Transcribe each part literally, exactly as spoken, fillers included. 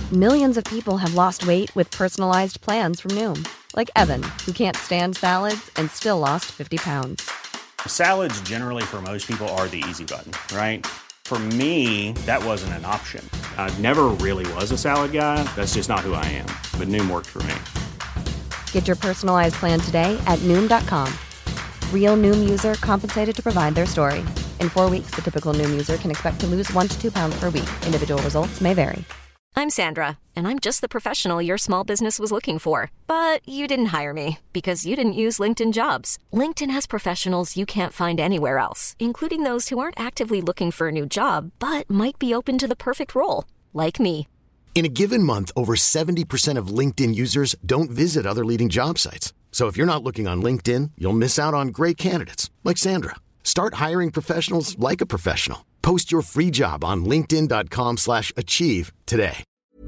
Millions of people have lost weight with personalized plans from Noom. Like Evan, who can't stand salads and still lost fifty pounds. Salads generally for most people are the easy button, right? For me, that wasn't an option. I never really was a salad guy. That's just not who I am. But Noom worked for me. Get your personalized plan today at Noom dot com. Real Noom user compensated to provide their story. In four weeks, the typical Noom user can expect to lose one to two pounds per week. Individual results may vary. I'm Sandra, and I'm just the professional your small business was looking for. But you didn't hire me because you didn't use LinkedIn Jobs. LinkedIn has professionals you can't find anywhere else, including those who aren't actively looking for a new job, but might be open to the perfect role, like me. In a given month, over seventy percent of LinkedIn users don't visit other leading job sites. So if you're not looking on LinkedIn, you'll miss out on great candidates like Sandra. Start hiring professionals like a professional. Post your free job on linkedin dot com slash achieve today.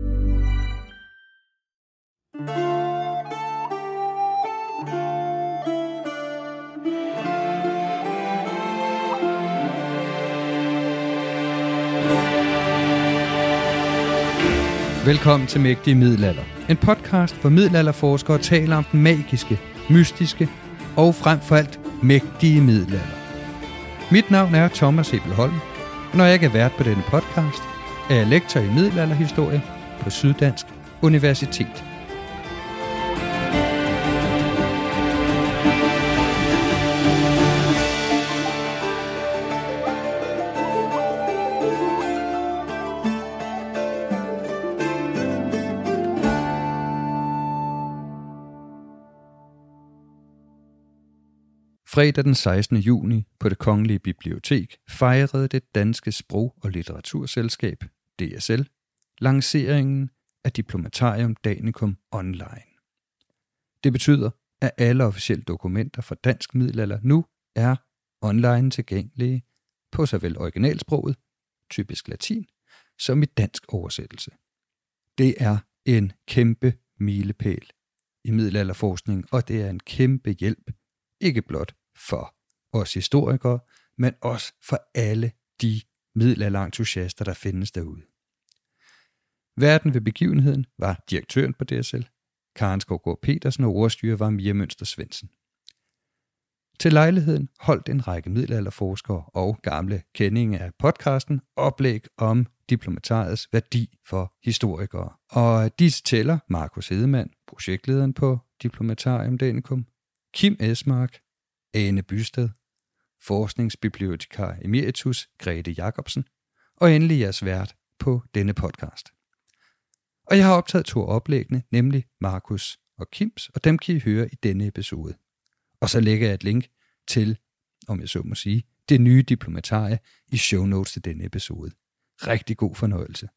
Velkommen til Mægtige Middelalder. En podcast, hvor middelalderforskere taler om den magiske, mystiske og frem for alt mægtige middelalder. Mit navn er Thomas Ebelholm, og når jeg ikke er vært på denne podcast, er jeg lektor i middelalderhistorie på Syddansk Universitet. Fredag den sekstende juni på Det Kongelige Bibliotek fejrede det danske sprog- og litteraturselskab, D S L, lanceringen af Diplomatarium Danicum online. Det betyder, at alle officielle dokumenter fra dansk middelalder nu er online tilgængelige på såvel originalsproget, typisk latin, som i dansk oversættelse. Det er en kæmpe milepæl i middelalderforskning, og det er en kæmpe hjælp, ikke blot for os historikere, men også for alle de middelalderentusiaster, der findes derude. Værten ved begivenheden var direktøren på D S L, Karen Skovgaard Petersen, og ordstyrer var Mia Mønster Svendsen. Til lejligheden holdt en række middelalderforskere og gamle kendinge af podcasten oplæg om diplomatariets værdi for historikere. Og disse tæller Markus Hedemann, projektlederen på Diplomatarium Danicum, Kim Esmark, Ane Bystad, forskningsbibliotekar emeritus Grete Jacobsen, og endelig jeres vært på denne podcast. Og jeg har optaget to oplæggene, nemlig Markus og Kims, og dem kan I høre i denne episode. Og så lægger jeg et link til, om jeg så må sige, det nye diplomatarie i show notes til denne episode. Rigtig god fornøjelse.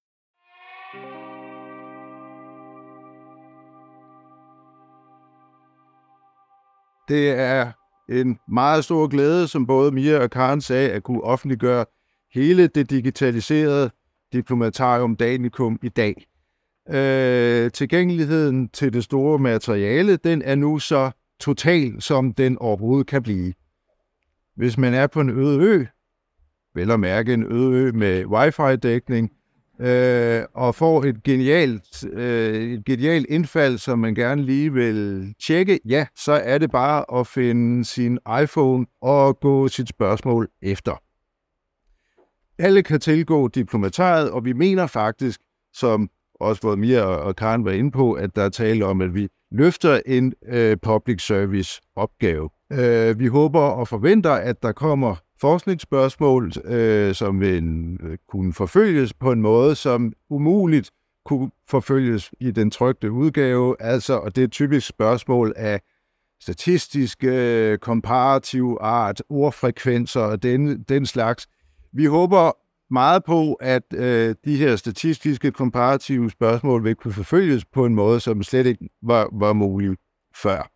Det er en meget stor glæde, som både Mia og Karen sagde, at kunne offentliggøre hele det digitaliserede Diplomatarium Danicum i dag. Øh, tilgængeligheden til det store materiale, den er nu så total, som den overhovedet kan blive. Hvis man er på en øde ø, vel at mærke en øde ø med wifi-dækning, øh, og får et genialt, øh, et genialt indfald, som man gerne lige vil tjekke, ja, så er det bare at finde sin iPhone og gå sit spørgsmål efter. Alle kan tilgå diplomatariet, og vi mener faktisk, som også både Mia og Karen var inde på, at der er tale om, at vi løfter en øh, public service opgave. Øh, vi håber og forventer, at der kommer forskningsspørgsmål, øh, som vil øh, kunne forfølges på en måde, som umuligt kunne forfølges i den trykte udgave. Altså, og det er typisk spørgsmål af statistiske, komparativ art, ordfrekvenser og den, den slags. Vi håber meget på, at øh, de her statistiske, komparative spørgsmål vil kunne forfølges på en måde, som slet ikke var, var mulig før.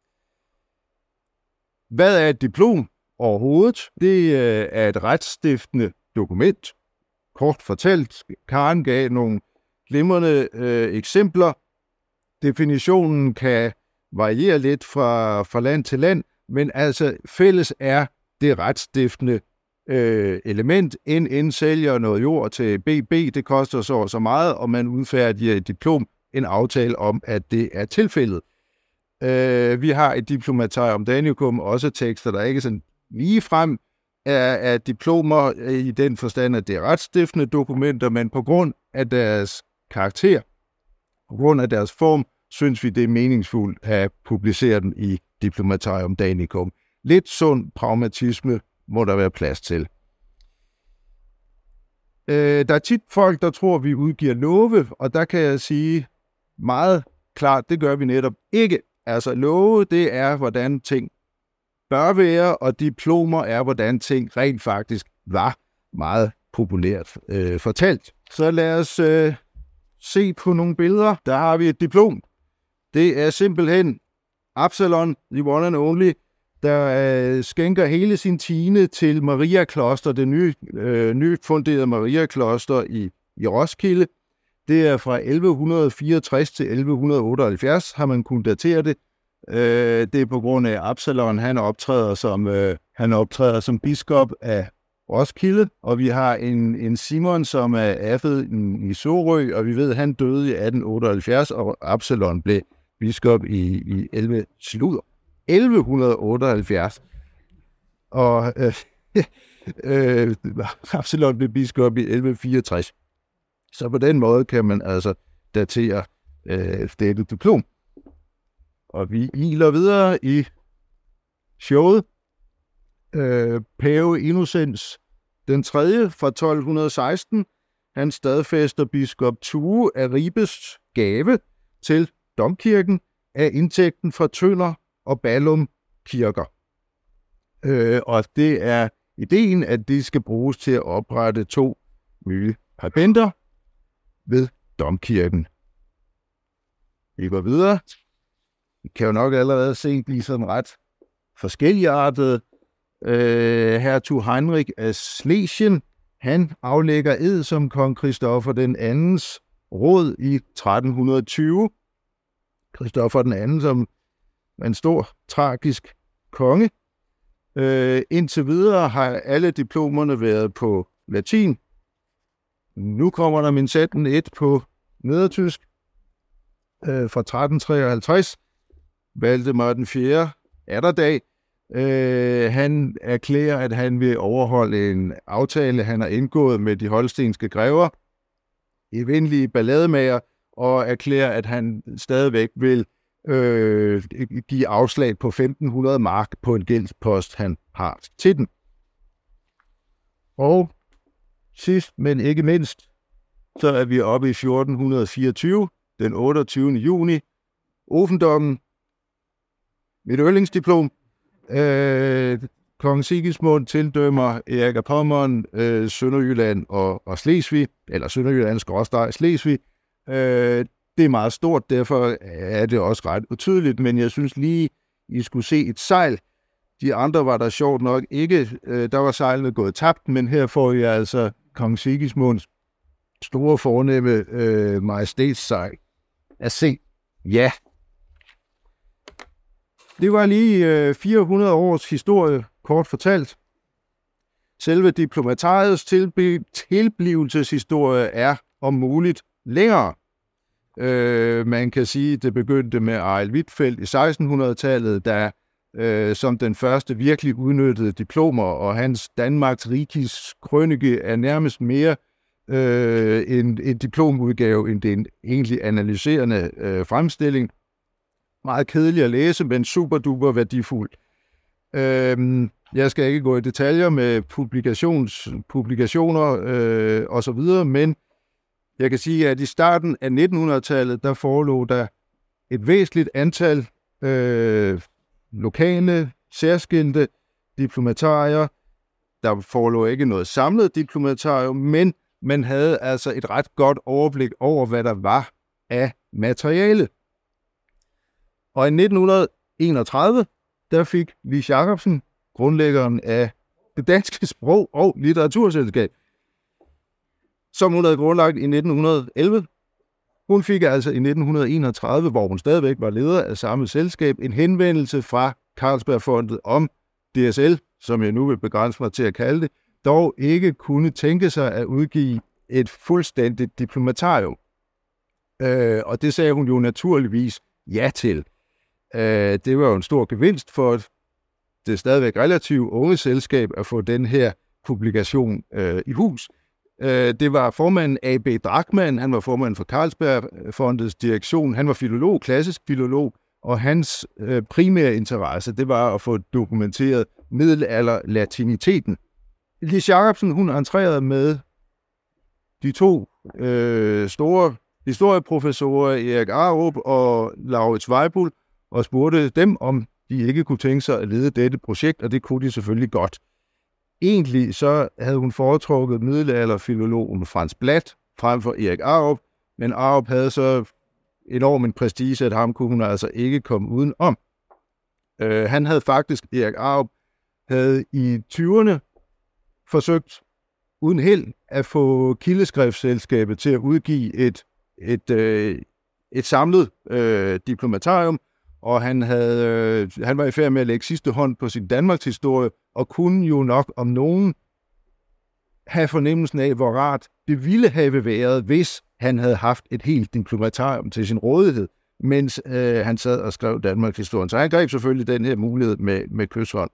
Hvad er et diplom overhovedet? Det øh, er et retsstiftende dokument. Kort fortalt, Karen gav nogle glimrende øh, eksempler. Definitionen kan variere lidt fra, fra land til land, men altså fælles er det retsstiftende øh, element. N N sælger noget jord til B B, det koster så så meget, og man udfærdiger et diplom, en aftale om, at det er tilfældet. Øh, vi har et Diplomatarium Danicum, også tekster, der ikke sådan lige frem er, er diplomer i den forstand, at det er retsstiftende dokumenter, men på grund af deres karakter, på grund af deres form, synes vi, det er meningsfuldt at publicere dem i Diplomatarium Danicum. Lidt sund pragmatisme må der være plads til. Øh, der er tit folk, der tror, vi udgiver love, og der kan jeg sige meget klart, det gør vi netop ikke. Altså love, det er, hvordan ting bør være, og diplomer er, hvordan ting rent faktisk var meget populært øh, fortalt. Så lad os øh, se på nogle billeder. Der har vi et diplom. Det er simpelthen Absalon, the one and only, der øh, skænker hele sin tiende til Maria Kloster, det nye, øh, nyfunderede Maria Kloster i, i Roskilde. Det er fra elleve fireogtres til elleve otteoghalvfjerds, har man kunnet datere det. Øh, det er på grund af Absalon, han optræder som, øh, han optræder som biskop af Roskilde, og vi har en, en Simon, som er affet i, i Sorø, og vi ved, at han døde i atten otteoghalvfjerds, og Absalon blev biskop i, i elleve slutter. elleve otteoghalvfjerds. Og øh, øh, Absalon blev biskop i elleve fireogtres. Så på den måde kan man altså datere øh, dette diplom. Og vi iler videre i showet. Øh, Pave Innocens den tredje fra tolv seksten. Han stadfæster biskop Tue af Ribes gave til domkirken af indtægten fra Tønder og Ballum kirker. Øh, og det er ideen, at det skal bruges til at oprette to nye pabenter ved domkirken. Vi går videre. Vi kan jo nok allerede se, de er sådan ret forskelligartede. Øh, hertug Heinrich af Schlesien, han aflægger ed som kong Christoffer den andens råd i tretten tyve. Christoffer den anden som en stor, tragisk konge. Øh, indtil videre har alle diplomerne været på latin. Nu kommer der min sætten et på nedertysk øh, fra tretten treoghalvtreds. Valdemar den fjerde Atterdag. Øh, han erklærer, at han vil overholde en aftale, han har indgået med de holstenske grever, evindelige ballademager, og erklærer, at han stadigvæk vil øh, give afslag på femten hundrede mark på en gældspost, han har til den. Og sidst, men ikke mindst, så er vi oppe i fjorten fireogtyve, den otteogtyvende juni. Ofendommen, mit yndlingsdiplom. Øh, Kong Sigismund tildømmer Erik af Pommern, øh, Sønderjylland og, og Slesvig, eller Sønderjylland skråstreg Slesvig. Øh, det er meget stort, derfor er det også ret utydeligt, men jeg synes lige, I skulle se et sejl. De andre var der sjovt nok ikke. Øh, der var sejlene gået tabt, men her får I altså Kong Sigismunds store fornemme øh, majestætssejl at se. Ja. Det var lige øh, fire hundrede års historie, kort fortalt. Selve diplomatariets tilb- tilblivelseshistorie er om muligt længere. Øh, man kan sige, at det begyndte med Arild Huitfeldt i sekstenhundredetallet, der øh, som den første virkelig udnyttede diplomer, og hans Danmarks Rikis krønike er nærmest mere øh, en, en diplomudgave, end det er en egentlig analyserende øh, fremstilling. Meget kedelig at læse, men super duper værdifuld. Øhm, jeg skal ikke gå i detaljer med publikations, publikationer øh, og så videre, men jeg kan sige, at i starten af nittenhundredetallet, der forelå der et væsentligt antal øh, lokale, særskilte diplomatarier. Der forelå ikke noget samlet diplomatarium, men man havde altså et ret godt overblik over, hvad der var af materiale. Og i nitten enogtredive, der fik Lis Jacobsen, grundlæggeren af Det Danske Sprog- og Litteraturselskab, som hun havde grundlagt i nitten elleve. Hun fik altså i nitten enogtredive, hvor hun stadigvæk var leder af samme selskab, en henvendelse fra Carlsbergfondet om D S L, som jeg nu vil begrænse mig til at kalde det, dog ikke kunne tænke sig at udgive et fuldstændigt diplomatarium. Øh, og det sagde hun jo naturligvis ja til. Øh, det var jo en stor gevinst for det stadigvæk relativt unge selskab at få den her publikation øh, i hus. Øh, det var formanden A B Drachmann, han var formanden for Carlsbergfondets direktion, han var filolog, klassisk filolog, og hans øh, primære interesse, det var at få dokumenteret middelalder-latiniteten. Lis Jacobsen, hun entrerede med de to øh, store historieprofessorer, Erik Arup og Laurits Weibull, og spurgte dem, om de ikke kunne tænke sig at lede dette projekt, og det kunne de selvfølgelig godt. Egentlig så havde hun foretrukket middelalderfilologen Frans Bladt frem for Erik Arup, men Arup havde så enorm en prestige, at ham kunne hun altså ikke komme uden om. Øh, han havde faktisk, Erik Arup, havde i tyverne forsøgt uden held at få Kildeskriftsselskabet til at udgive et, et, øh, et samlet øh, diplomatarium, og han, havde, øh, han var i færd med at lægge sidste hånd på sin Danmarks historie, og kunne jo nok om nogen have fornemmelsen af, hvor rart det ville have været, hvis han havde haft et helt diplomatarium til sin rådighed, mens øh, han sad og skrev Danmarks historie. Så han greb selvfølgelig den her mulighed med, med kysshånd.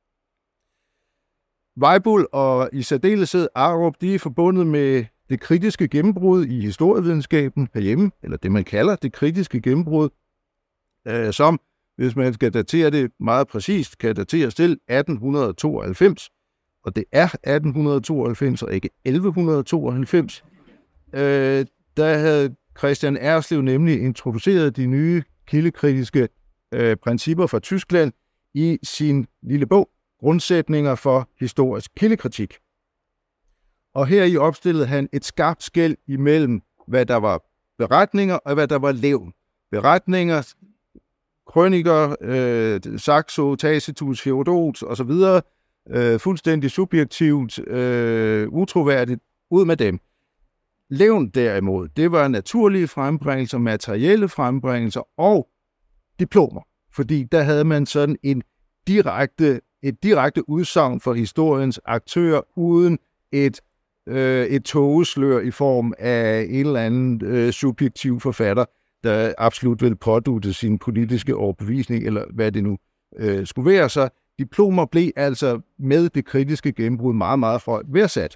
Weibull og i særdeleshed Arup, de er forbundet med det kritiske gennembrud i historievidenskaben herhjemme, eller det man kalder det kritiske gennembrud, øh, som, hvis man skal datere det meget præcist, kan dateres til atten tooghalvfems, og det er atten tooghalvfems og ikke elleve tooghalvfems. Øh, der havde Christian Erslev nemlig introduceret de nye kildekritiske øh, principper fra Tyskland i sin lille bog, Grundsætninger for historisk kildekritik. Og her i opstillede han et skarpt skel imellem, hvad der var beretninger og hvad der var levn. Beretninger, krøniker, øh, Saxo, Tacitus, Herodot osv., øh, fuldstændig subjektivt, øh, utroværdigt, ud med dem. Levn derimod, det var naturlige frembringelser, materielle frembringelser og diplomer, fordi der havde man sådan en direkte, et direkte udsagn for historiens aktører, uden et, øh, et togeslør i form af en eller anden øh, subjektiv forfatter, der absolut ville pådutte sin politiske overbevisning, eller hvad det nu øh, skulle være. Så diplomer blev altså med det kritiske gennembrud meget, meget højt værdsat.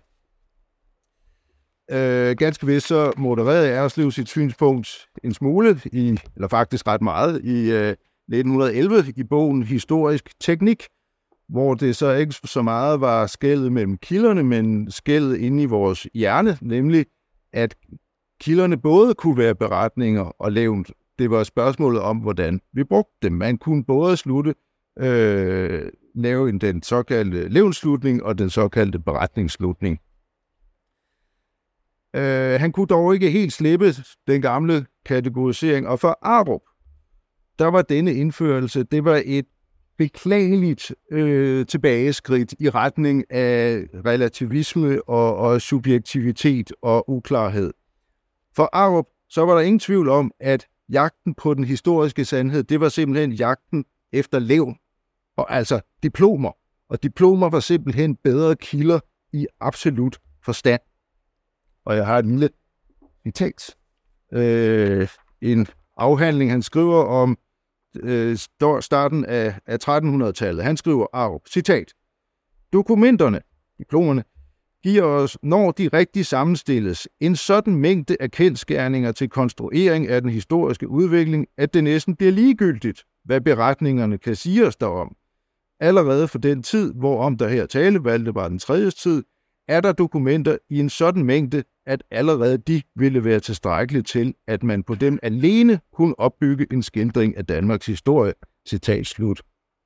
Øh, ganske vist så modererede Erslev sit synspunkt en smule, i, eller faktisk ret meget, i øh, nitten elleve i bogen Historisk Teknik, hvor det så ikke så meget var skellet mellem kilderne, men skellet inde i vores hjerne, nemlig at kilderne både kunne være beretninger og levn. Det var spørgsmålet om, hvordan vi brugte dem. Man kunne både slutte, øh, lave en, den såkaldte levnslutning og den såkaldte beretningsslutning. Øh, han kunne dog ikke helt slippe den gamle kategorisering, og for Arup, der var denne indførelse, det var et beklageligt øh, tilbageskridt i retning af relativisme og, og subjektivitet og uklarhed. For Arup, så var der ingen tvivl om, at jagten på den historiske sandhed, det var simpelthen jagten efter levn, og altså diplomer. Og diplomer var simpelthen bedre kilder i absolut forstand. Og jeg har et lille citat. Øh, en afhandling, han skriver om øh, starten af, af trettenhundredetallet. Han skriver, Arup, citat, dokumenterne, diplomerne, giver os, når de rigtig sammenstilles, en sådan mængde af kendsgerninger til konstruering af den historiske udvikling, at det næsten bliver ligegyldigt, hvad beretningerne kan sige os derom. Allerede for den tid, hvorom der her tale, Valdemar den tredjes tid, er der dokumenter i en sådan mængde, at allerede de ville være tilstrækkeligt til, at man på dem alene kunne opbygge en skildring af Danmarks historie. Citat slut.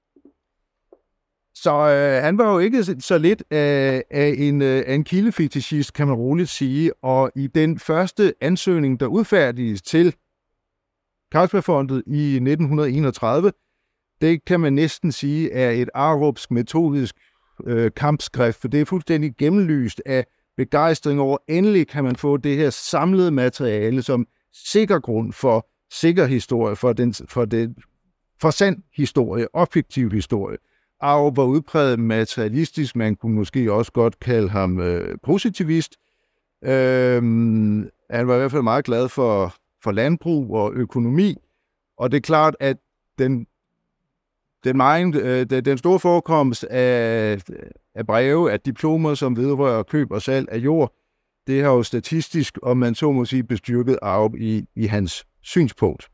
Så øh, han var jo ikke så lidt af, af en, øh, en kildefetishist, kan man roligt sige, og i den første ansøgning, der udfærdiges til Carlsbergfondet i nitten enogtredive, det kan man næsten sige er et arupsk metodisk øh, kampskrift, for det er fuldstændig gennemlyst af begejstring over, endelig kan man få det her samlede materiale som sikker grund for sikker historie, for, den, for, den, for sand historie, objektiv historie. Arup var udpræget materialistisk, man kunne måske også godt kalde ham øh, positivist. Øh, han var i hvert fald meget glad for, for landbrug og økonomi, og det er klart, at den, den, meget, øh, den store forekomst af, af breve, af diplomer, som vedrører køb og salg af jord, det har jo statistisk, om man så må sige, bestyrket Arup i, i hans synspunkt.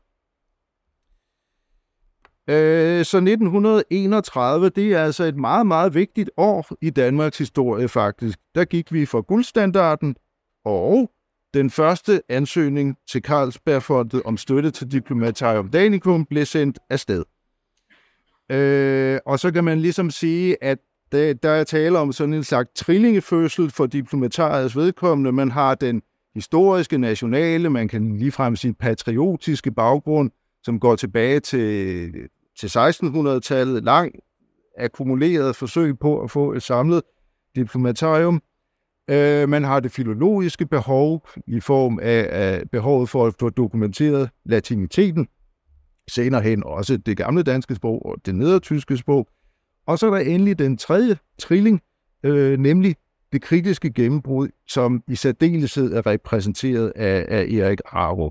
Øh, så nitten enogtredive, det er altså et meget, meget vigtigt år i Danmarks historie faktisk. Der gik vi fra guldstandarden, og den første ansøgning til Carlsbergfondet om støtte til Diplomatarium Danicum blev sendt afsted. Øh, og så kan man ligesom sige, at der, der er tale om sådan en slags trillingefødsel for diplomatariets vedkommende. Man har den historiske, nationale, man kan ligefrem sige patriotiske baggrund, som går tilbage til, til sekstenhundredetallet, lang akkumuleret forsøg på at få et samlet diplomatarium. Øh, man har det filologiske behov i form af, af behovet for at få dokumenteret latiniteten, senere hen også det gamle danske sprog og det nedertyske sprog. Og så er der endelig den tredje trilling, øh, nemlig det kritiske gennembrud, som i særdeleshed er repræsenteret af, af Erik Arup.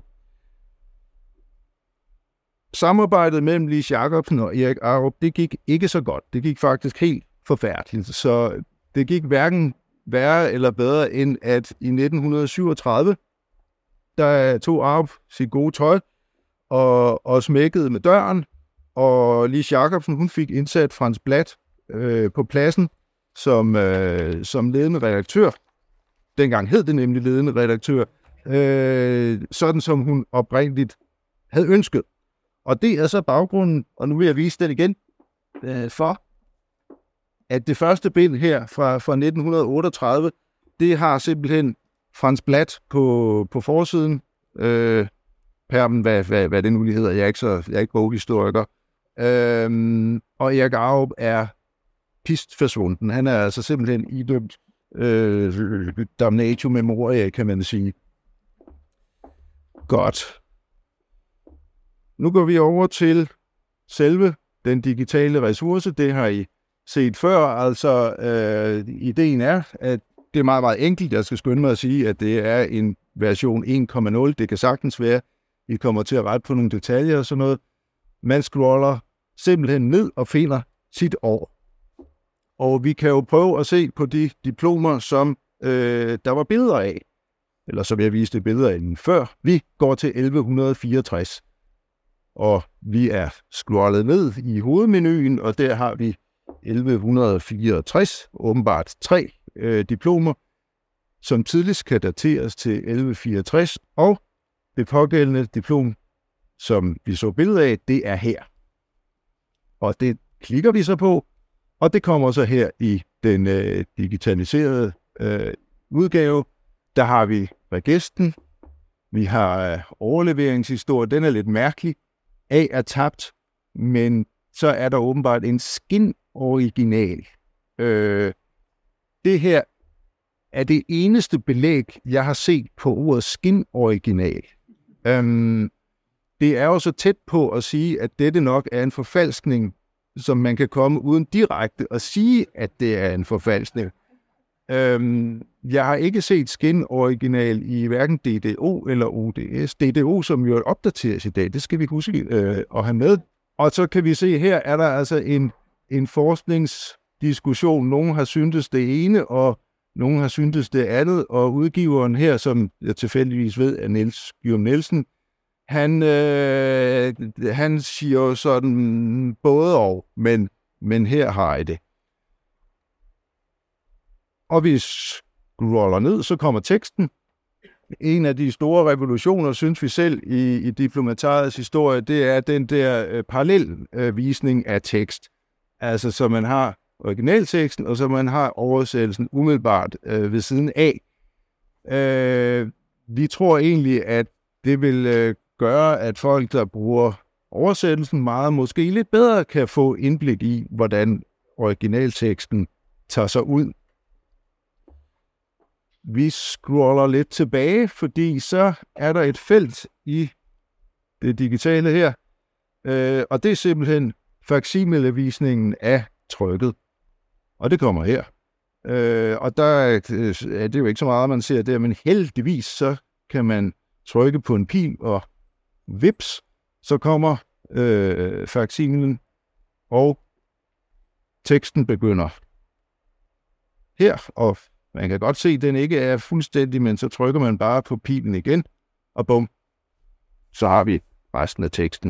Samarbejdet mellem Lis Jacobsen og Erik Arup, det gik ikke så godt. Det gik faktisk helt forfærdeligt. Så det gik hverken værre eller bedre, end at i nitten syvogtredive, der tog Arup sit gode tøj og, og smækkede med døren, og Lis Jacobsen, hun fik indsat Frans Bladt øh, på pladsen som, øh, som ledende redaktør. Dengang hed det nemlig ledende redaktør, øh, sådan som hun oprindeligt havde ønsket. Og det er så baggrunden, og nu vil jeg vise den igen, øh, for at det første bind her fra, fra nitten otteogtredive, det har simpelthen Frans Bladt på, på forsiden. Øh, Permen, hvad, hvad, hvad det nu lige hedder, jeg er ikke, så, jeg er ikke boghistoriker. Øh, og Erik Arup er pist forsvunden. Han er altså simpelthen idømt øh, damnatio memoriae, kan man sige. Godt. Nu går vi over til selve den digitale ressource. Det har I set før. Altså, øh, ideen er, at det er meget, meget enkelt. Jeg skal skynde mig at sige, at det er en version en punkt nul. Det kan sagtens være, I kommer til at rette på nogle detaljer og sådan noget. Man scroller simpelthen ned og finder sit år. Og vi kan jo prøve at se på de diplomer, som øh, der var billeder af. Eller som jeg viste billeder af den før. Vi går til elleve fireogtres. Og vi er scrollet ned i hovedmenuen, og der har vi elleve fireogtres, åbenbart tre øh, diplomer, som tidligst kan dateres til elleve fireogtres, og det pågældende diplom, som vi så billeder af, det er her. Og det klikker vi så på, og det kommer så her i den øh, digitaliserede øh, udgave. Der har vi regesten, vi har øh, overleveringshistorie, den er lidt mærkelig. A er tabt, men så er der åbenbart en skin-original. Øh, det her er det eneste belæg, jeg har set på ordet skin-original. Øhm, det er jo så tæt på at sige, at dette nok er en forfalskning, som man kan komme uden direkte at sige, at det er en forfalskning. Øhm, jeg har ikke set skin-original i hverken D D O eller O D S. D D O, som jo opdateres i dag, det skal vi huske øh, at have med. Og så kan vi se, her er der altså en, en forskningsdiskussion. Nogle har syntes det ene, og nogle har syntes det andet. Og udgiveren her, som jeg tilfældigvis ved, er Niels Gyum Nielsen, han, øh, han siger jo sådan både og, men, men her har jeg det. Og vi scroller ned, så kommer teksten. En af de store revolutioner, synes vi selv, i, i diplomatariets historie, det er den der øh, parallelvisning øh, af tekst. Altså, så man har originalteksten, og så man har oversættelsen umiddelbart øh, ved siden af. Øh, vi tror egentlig, at det vil øh, gøre, at folk, der bruger oversættelsen meget, måske lidt bedre kan få indblik i, hvordan originalteksten tager sig ud. Vi scroller lidt tilbage, fordi så er der et felt i det digitale her, øh, og det er simpelthen facsimile-visningen af trykket. Og det kommer her. Øh, og der er det jo ikke så meget, man ser der, men heldigvis så kan man trykke på en pil, og vips, så kommer øh, faksimilen, og teksten begynder her, og man kan godt se, at den ikke er fuldstændig, men så trykker man bare på pilen igen, og bum, så har vi resten af teksten.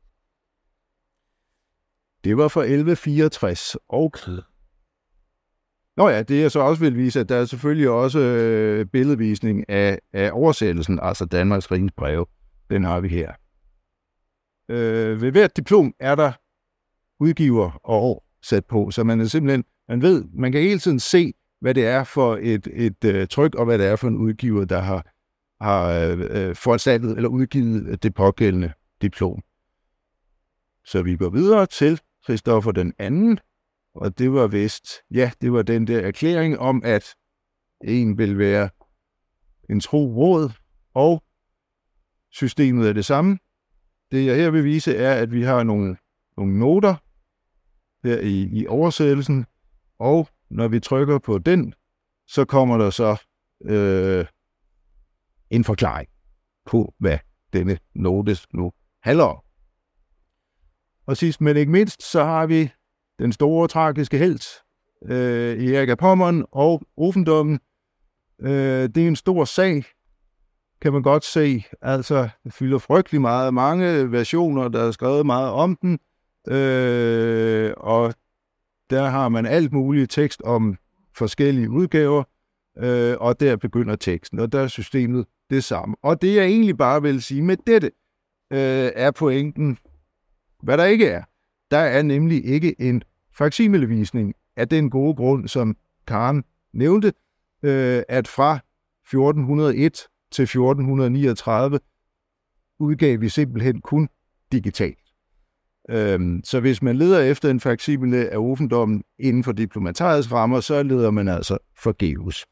Det var fra elleve fireogtres. Okay. Nå ja, det jeg så også vil vise, at der er selvfølgelig også øh, billedvisning af, af oversættelsen, altså Danmarks Riges Breve. Den har vi her. Øh, ved hvert diplom er der udgiver og år sat på, så man er simpelthen, man ved, man kan hele tiden se, hvad det er for et, et øh, tryk, og hvad det er for en udgiver, der har, har øh, foranstaltet eller udgivet det pågældende diplom. Så vi går videre til Christoffer den anden, og det var vist, ja, det var den der erklæring om, at en vil være en tro råd, og systemet er det samme. Det jeg her vil vise er, at vi har nogle, nogle noter her i, i oversættelsen, og når vi trykker på den, så kommer der så øh, en forklaring på, hvad denne note nu handler om. Og sidst men ikke mindst, så har vi den store tragiske helt, øh, Erik af Pommern og Ofendommen. Øh, det er en stor sag, kan man godt se. Altså, det fylder frygtelig meget. Mange versioner, der er skrevet meget om den. Øh, og der har man alt muligt tekst om forskellige udgaver. Øh, og der begynder teksten, og der er systemet det samme. Og det jeg egentlig bare vil sige med dette, øh, er pointen, hvad der ikke er. Der er nemlig ikke en faksimilvisning af den gode grund, som Karen nævnte, øh, at fra fjorten hundrede og en til fjorten niogtredive udgav vi simpelthen kun digitalt. Øhm, så hvis man leder efter en faksimile af Ofendommen inden for diplomatariets rammer, så leder man altså forgæves.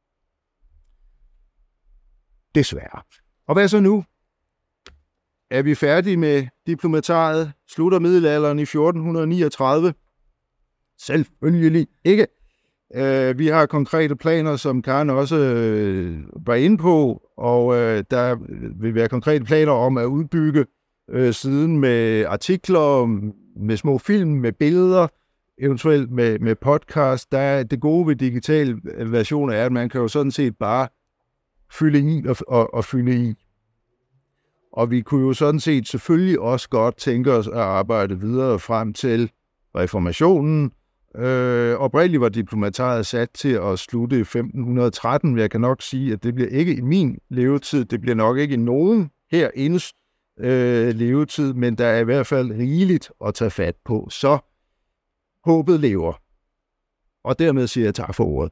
Desværre. Og hvad så nu? Er vi færdige med diplomatariet? Slutter middelalderen i fjorten niogtredive? Selvfølgelig ikke. Uh, vi har konkrete planer, som Karen også uh, var inde på, og uh, der vil være konkrete planer om at udbygge uh, siden med artikler, med små film, med billeder, eventuelt med, med podcast. Der er det gode ved digitale versioner er, at man kan jo sådan set bare fylde i og, og, og fylde i. Og vi kunne jo sådan set selvfølgelig også godt tænke os at arbejde videre frem til reformationen. Øh, oprindeligt var diplomatariet sat til at slutte i femten tretten, men jeg kan nok sige, at det bliver ikke i min levetid. Det bliver nok ikke i nogen herindes øh, levetid, men der er i hvert fald rigeligt at tage fat på. Så håbet lever. Og dermed siger jeg tak for ordet.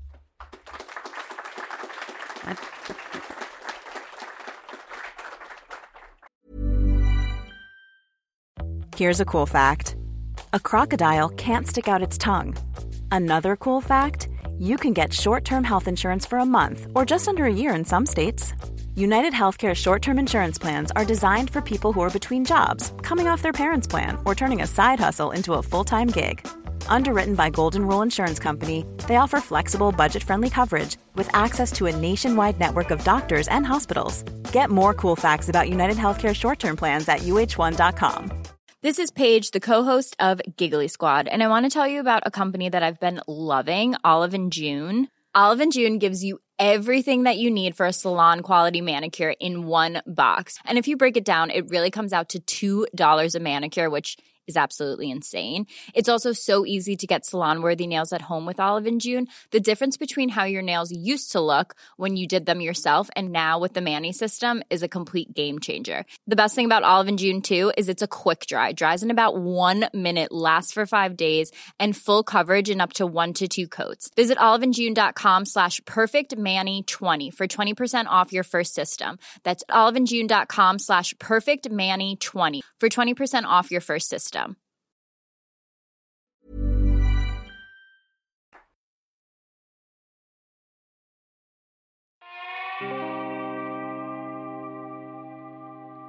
Here's a cool fact. A crocodile can't stick out its tongue. Another cool fact, you can get short-term health insurance for a month or just under a year in some states. United Healthcare short-term insurance plans are designed for people who are between jobs, coming off their parents' plan, or turning a side hustle into a full-time gig. Underwritten by Golden Rule Insurance Company, they offer flexible, budget-friendly coverage with access to a nationwide network of doctors and hospitals. Get more cool facts about United Healthcare short-term plans at U H one dot com. This is Paige, the co-host of Giggly Squad, and I want to tell you about a company that I've been loving, Olive and June. Olive and June gives you everything that you need for a salon-quality manicure in one box. And if you break it down, it really comes out to two dollars a manicure, which is absolutely insane. It's also so easy to get salon-worthy nails at home with Olive and June. The difference between how your nails used to look when you did them yourself and now with the Mani system is a complete game changer. The best thing about Olive and June, too, is it's a quick dry. Dries in about one minute, lasts for five days, and full coverage in up to one to two coats. Visit oliveandjune.com slash perfectmani20 for twenty percent off your first system. That's oliveandjune.com slash perfectmani20 for twenty percent off your first system.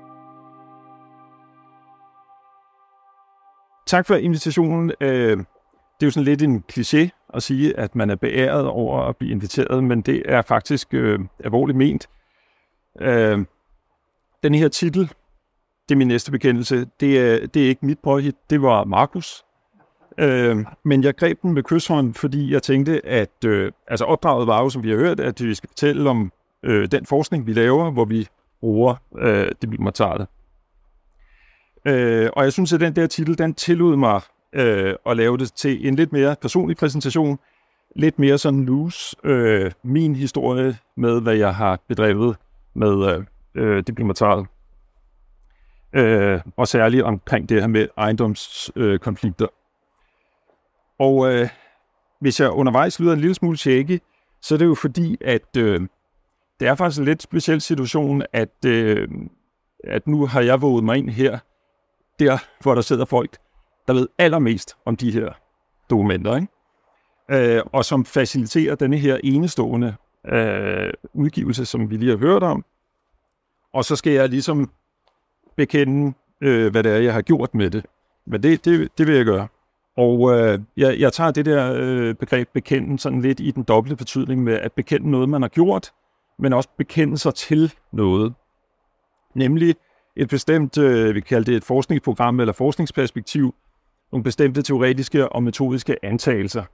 Tak for invitationen. det er jo sådan lidt en kliché at sige, at man er beæret over at blive inviteret, men det er faktisk øh, alvorligt ment. Øh, den her titel, det er min næste bekendelse, det er, det er ikke mit påhit, det var Markus. Øh, men jeg greb den med kyshånd, fordi jeg tænkte, at øh, altså opdraget var jo, som vi har hørt, at vi skal fortælle om øh, den forskning, vi laver, hvor vi bruger øh, diplomatariet. Øh, og jeg synes, at den der titel, den tillod mig øh, at lave det til en lidt mere personlig præsentation, lidt mere sådan loose, øh, min historie med, hvad jeg har bedrevet med øh, diplomatariet. Øh, og særligt omkring det her med ejendomskonflikter. Øh, og øh, hvis jeg undervejs lyder en lille smule shaky, så er det jo fordi, at øh, det er faktisk en lidt speciel situation, at, øh, at nu har jeg våget mig ind her, der hvor der sidder folk, der ved allermest om de her dokumenter, ikke? Øh, og som faciliterer denne her enestående øh, udgivelse, som vi lige har hørt om. Og så skal jeg ligesom bekende, øh, hvad det er, jeg har gjort med det. Men det, det, det vil jeg gøre. Og øh, jeg, jeg tager det der øh, begreb bekende sådan lidt i den dobbelte betydning med at bekende noget, man har gjort, men også bekende sig til noget. Nemlig et bestemt, øh, vi kalder det et forskningsprogram eller forskningsperspektiv, nogle bestemte teoretiske og metodiske antagelser.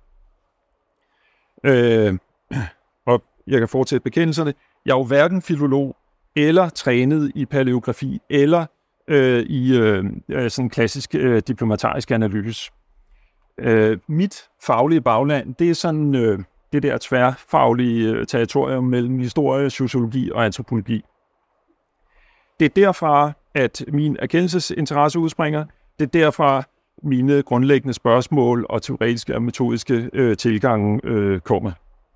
Øh, og jeg kan fortsætte bekendelserne. Jeg er jo hverken filolog eller trænet i paleografi eller øh, i øh, sådan klassisk øh, diplomatarisk analyse. Øh, mit faglige bagland, det er sådan øh, det der tværfaglige øh, territorium mellem historie, sociologi og antropologi. Det er derfra, at min erkendelsesinteresse udspringer. Det er derfra, mine grundlæggende spørgsmål og teoretiske og metodiske øh, tilgange øh, kommer.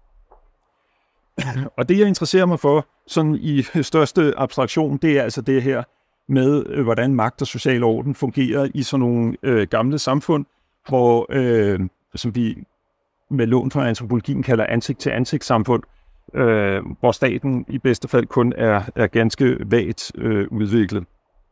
Og det, jeg interesserer mig for, sådan i største abstraktion, det er altså det her med, øh, hvordan magt og social orden fungerer i sådan nogle øh, gamle samfund, hvor, øh, som vi med lån fra antropologien kalder ansigt-til-ansigt-samfund, øh, hvor staten i bedste fald kun er, er ganske vagt øh, udviklet.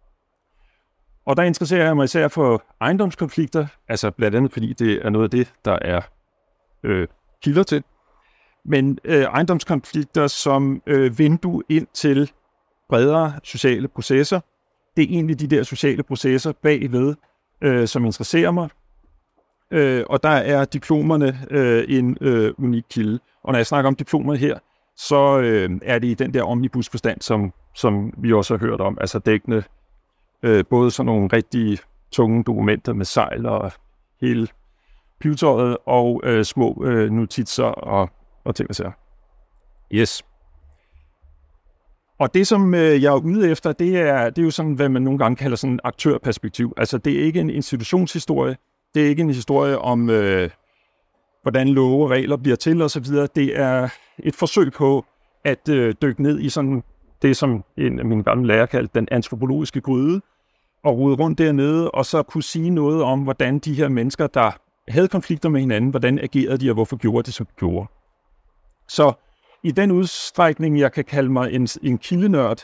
Og der interesserer jeg mig især for ejendomskonflikter, altså blandt andet fordi det er noget af det, der er øh, kilder til. Men øh, ejendomskonflikter som øh, vindue ind til bredere sociale processer, det er egentlig de der sociale processer bagved, øh, som interesserer mig. Øh, og der er diplomerne øh, en øh, unik kilde. Og når jeg snakker om diplomer her, så øh, er det i den der omnibusforstand, som, som vi også har hørt om, altså dækkende øh, både sådan nogle rigtig tunge dokumenter med sejl og hele pivetøjet, og øh, små øh, notitser og, og ting og sager. Yes. Og det, som øh, jeg er ude efter, det er, det er jo sådan, hvad man nogle gange kalder sådan en aktørperspektiv. Altså, det er ikke en institutionshistorie. Det er ikke en historie om, øh, hvordan love og regler bliver til osv. Det er et forsøg på at øh, dykke ned i sådan det, som en af mine gamle lærere kaldte den antropologiske gryde, og rode rundt dernede, og så kunne sige noget om, hvordan de her mennesker, der havde konflikter med hinanden, hvordan agerede de, og hvorfor gjorde det, som de gjorde. Så i den udstrækning, jeg kan kalde mig en, en kildenørd,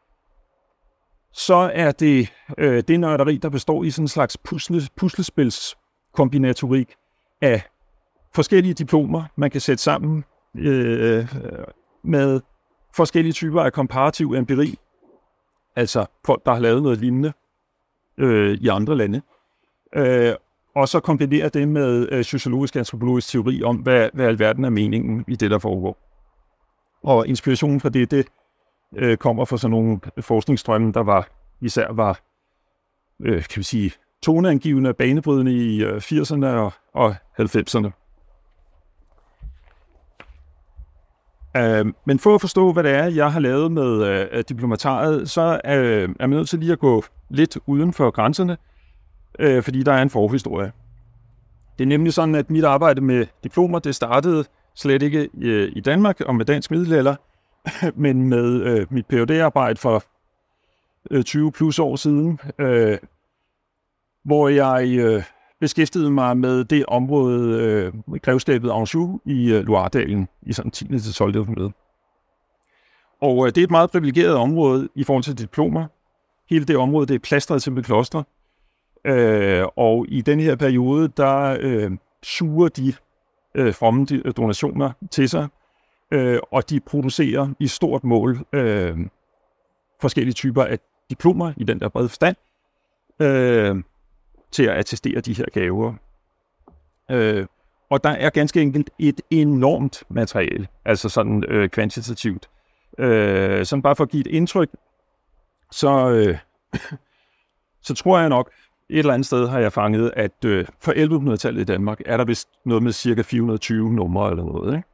så er det øh, det nørderi, der består i sådan en slags pusle, puslespilskombinatorik af forskellige diplomer, man kan sætte sammen øh, med forskellige typer af komparativ empiri, altså folk, der har lavet noget lignende øh, i andre lande, øh, og så kombinere det med øh, sociologisk antropologisk teori om, hvad, hvad alverden er meningen i det, der foregår. Og inspirationen fra det, det øh, kommer fra sådan nogle forskningsstrømme, der var især var øh, kan vi sige, toneangivende og banebrydende i øh, firserne og, og halvfemserne. Uh, men for at forstå, hvad det er, jeg har lavet med uh, diplomatariet, så uh, er man nødt til lige at gå lidt uden for grænserne, uh, fordi der er en forhistorie. Det er nemlig sådan, at mit arbejde med diplomer, det startede slet ikke uh, i Danmark og med dansk middelalder, men med uh, mit P H D-arbejde for uh, tyve plus år siden, uh, hvor jeg uh, beskæftigede mig med det område, øh, grevskabet Anjou i øh, Loiredalen i sådan tiende til tolvte århundrede. Og øh, det er et meget privilegeret område i forhold til diplomer. Hele det område, det er plastret til med klostre. Øh, og i den her periode, der øh, suger de øh, fromme donationer til sig, øh, og de producerer i stort mål øh, forskellige typer af diplomer i den der brede forstand, øh, til at attestere de her gaver. Øh, og der er ganske enkelt et enormt materiale, altså sådan øh, kvantitativt. Øh, sådan bare for at give et indtryk, så, øh, så tror jeg nok, et eller andet sted har jeg fanget, at øh, for elleve hundrede-tallet i Danmark er der vist noget med cirka fire hundrede og tyve numre eller noget, ikke?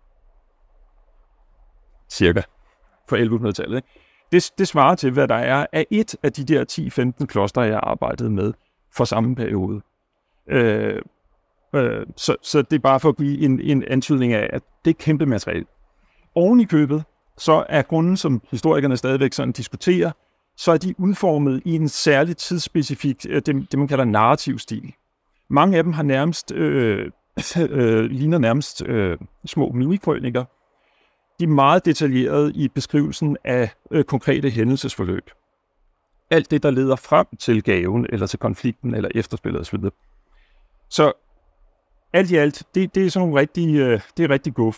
Cirka. For elleve hundrede-tallet, ikke? Det, det svarer til, hvad der er af et af de der ti femten kloster, jeg har arbejdet med for samme periode. Øh, øh, så, så det er bare for at give en, en antydning af, at det er kæmpe materiale. Oven i købet, så er grunden, som historikerne stadigvæk sådan diskuterer, så er de udformet i en særlig tidsspecifik, det, det man kalder narrativ stil. Mange af dem har nærmest, øh, øh, ligner nærmest øh, små minikrøniker. De er meget detaljerede i beskrivelsen af øh, konkrete hændelsesforløb. Alt det, der leder frem til gaven, eller til konflikten, eller efterspillet osv. Så alt i alt, det, det er sådan nogle rigtig, øh, det er rigtig guf.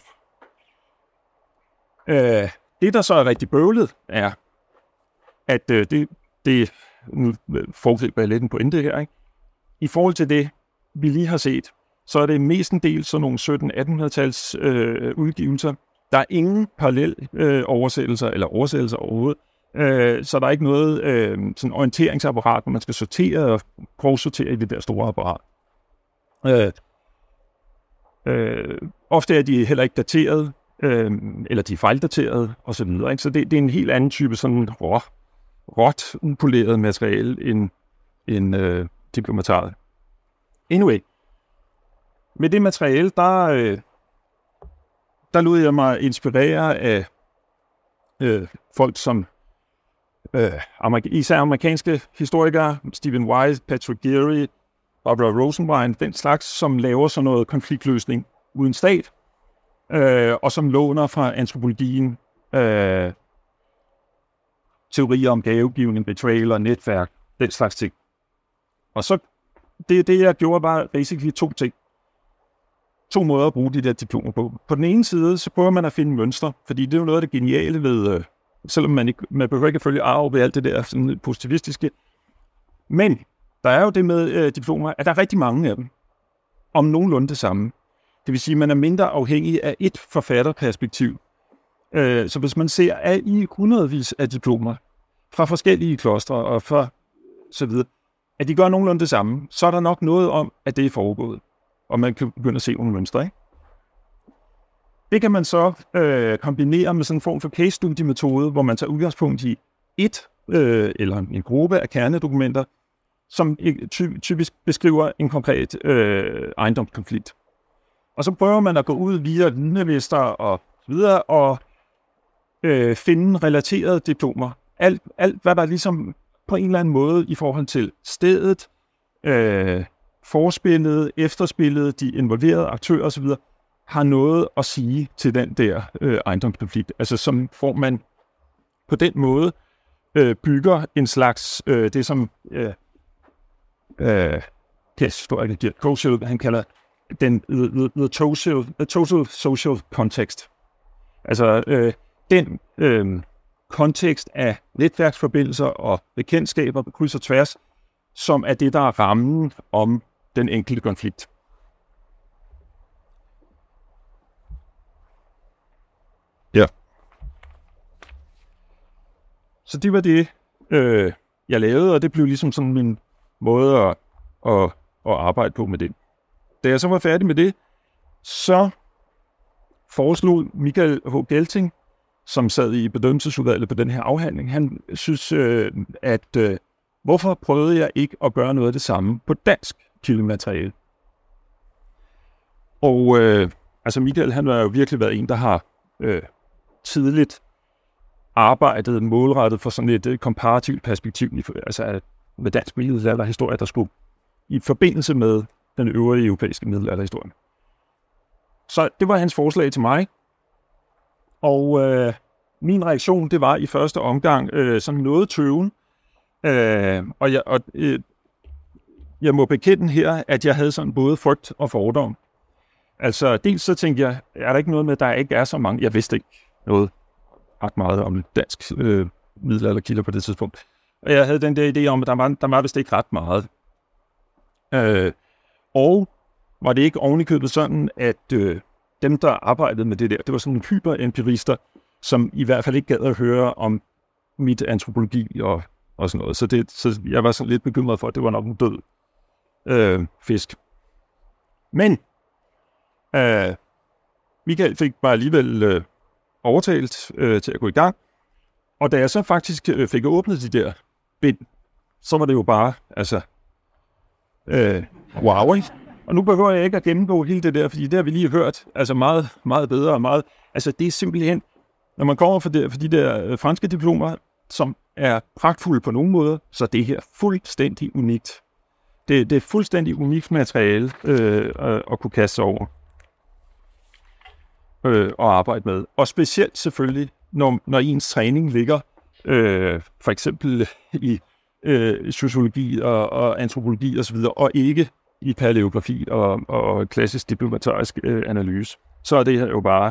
Øh, det, der så er rigtig bøvlet, er, at øh, det, det, nu foregriber jeg lidt en pointe her, ikke? I forhold til det, vi lige har set, så er det mestendels sådan nogle sytten-attenhundrede-tals øh, udgivelser. Der er ingen parallel øh, oversættelser eller oversættelser overhovedet, øh, så der er ikke noget øh, sådan orienteringsapparat, hvor man skal sortere og prøvesortere i det der store apparat. Øh, øh, ofte er de heller ikke dateret, øh, eller de er fejldateret osv. Så, så det, det er en helt anden type sådan rå, råt, upoleret materiale end, end øh, diplomataret. Anyway, med det materiale, der, øh, der lod jeg mig inspirere af øh, folk som øh, amerika- især amerikanske historikere, Stephen Wise, Patrick Geary, Barbara Rosenwein, den slags, som laver sådan noget konfliktløsning uden stat, øh, og som låner fra antropologien øh, teorier om gavegivning, betrayal og netværk, den slags ting. Og så, det, det jeg gjorde, var basically to ting. To måder at bruge de der diplomer på. På den ene side, så prøver man at finde mønstre, fordi det er jo noget af det geniale ved, øh, selvom man ikke, man behøver ikke at følge arv ved alt det der sådan positivistiske. Men der er jo det med øh, diplomer, at der er rigtig mange af dem, om nogenlunde det samme. Det vil sige, at man er mindre afhængig af et forfatterperspektiv. Øh, så hvis man ser af i hundredvis af diplomer fra forskellige klostre og fra så videre, at de gør nogenlunde det samme, så er der nok noget om, at det er foregået. Og man kan begynde at se nogle mønstre, ikke? Det kan man så øh, kombinere med sådan en form for case study-metode, hvor man tager udgangspunkt i et øh, eller en gruppe af kernedokumenter, som ty- typisk beskriver en konkret øh, ejendomskonflikt. Og så prøver man at gå ud via vidnelister og så videre og øh, finde relaterede diplomer. Alt, alt, hvad der ligesom på en eller anden måde i forhold til stedet, øh, forspillet, efterspillet, de involverede aktører osv., har noget at sige til den der øh, ejendomskonflikt. Altså som får man på den måde øh, bygger en slags, øh, det som øh, øh, historiker Dirk Kosel, han kalder den the, the, total, the total social context. Altså øh, den øh, kontekst af netværksforbindelser og bekendtskaber på kryds og tværs, som er det, der er rammen om den enkelte konflikt. Ja. Så det var det, øh, jeg lavede, og det blev ligesom sådan min måde at, at, at arbejde på med det. Da jeg så var færdig med det, så foreslog Michael H. Gelting, som sad i bedømmelsesudvalget på den her afhandling, han synes, øh, at øh, hvorfor prøvede jeg ikke at gøre noget af det samme på dansk kildemateriale? Og øh, altså Michael, han har jo virkelig været en, der har øh, tidligt arbejdet målrettet for sådan et komparativt perspektiv, altså med dansk middelalderhistorie, der skulle i forbindelse med den øvrige europæiske middelalderhistorie. Så det var hans forslag til mig, og øh, min reaktion, det var i første omgang øh, sådan noget tøven, øh, og, jeg, og øh, jeg må bekende her, at jeg havde sådan både frygt og fordom. Altså, dels så tænkte jeg, er der ikke noget med, at der ikke er så mange? Jeg vidste ikke noget ret meget om dansk øh, middelalderkilder på det tidspunkt. Og jeg havde den der idé om, at der var, der var vist ikke ret meget. Øh, og var det ikke ovenikøbet sådan, at øh, dem, der arbejdede med det der, det var sådan nogle hyperempirister, som i hvert fald ikke gad at høre om mit antropologi og, og sådan noget. Så, det, så jeg var sådan lidt bekymret for, at det var nok en død øh, fisk. Men øh, Michael fik mig alligevel øh, overtalt øh, til at gå i gang. Og da jeg så faktisk øh, fik åbnet de der bind, så var det jo bare, altså, øh, wow, ikke? Og nu behøver jeg ikke at gennemgå hele det der, fordi det har vi lige hørt, altså meget, meget bedre og meget, altså det er simpelthen, når man kommer for, det, for de der øh, franske diplomer, som er pragtfulde på nogle måder, så det her fuldstændig unikt. Det, det er fuldstændig unikt materiale øh, at, at kunne kaste sig over øh, og arbejde med. Og specielt selvfølgelig, når, når ens træning ligger øh, for eksempel i øh, sociologi og, og antropologi osv., og, og ikke i paleografi og, og klassisk diplomatorisk øh, analyse, så er det her jo bare.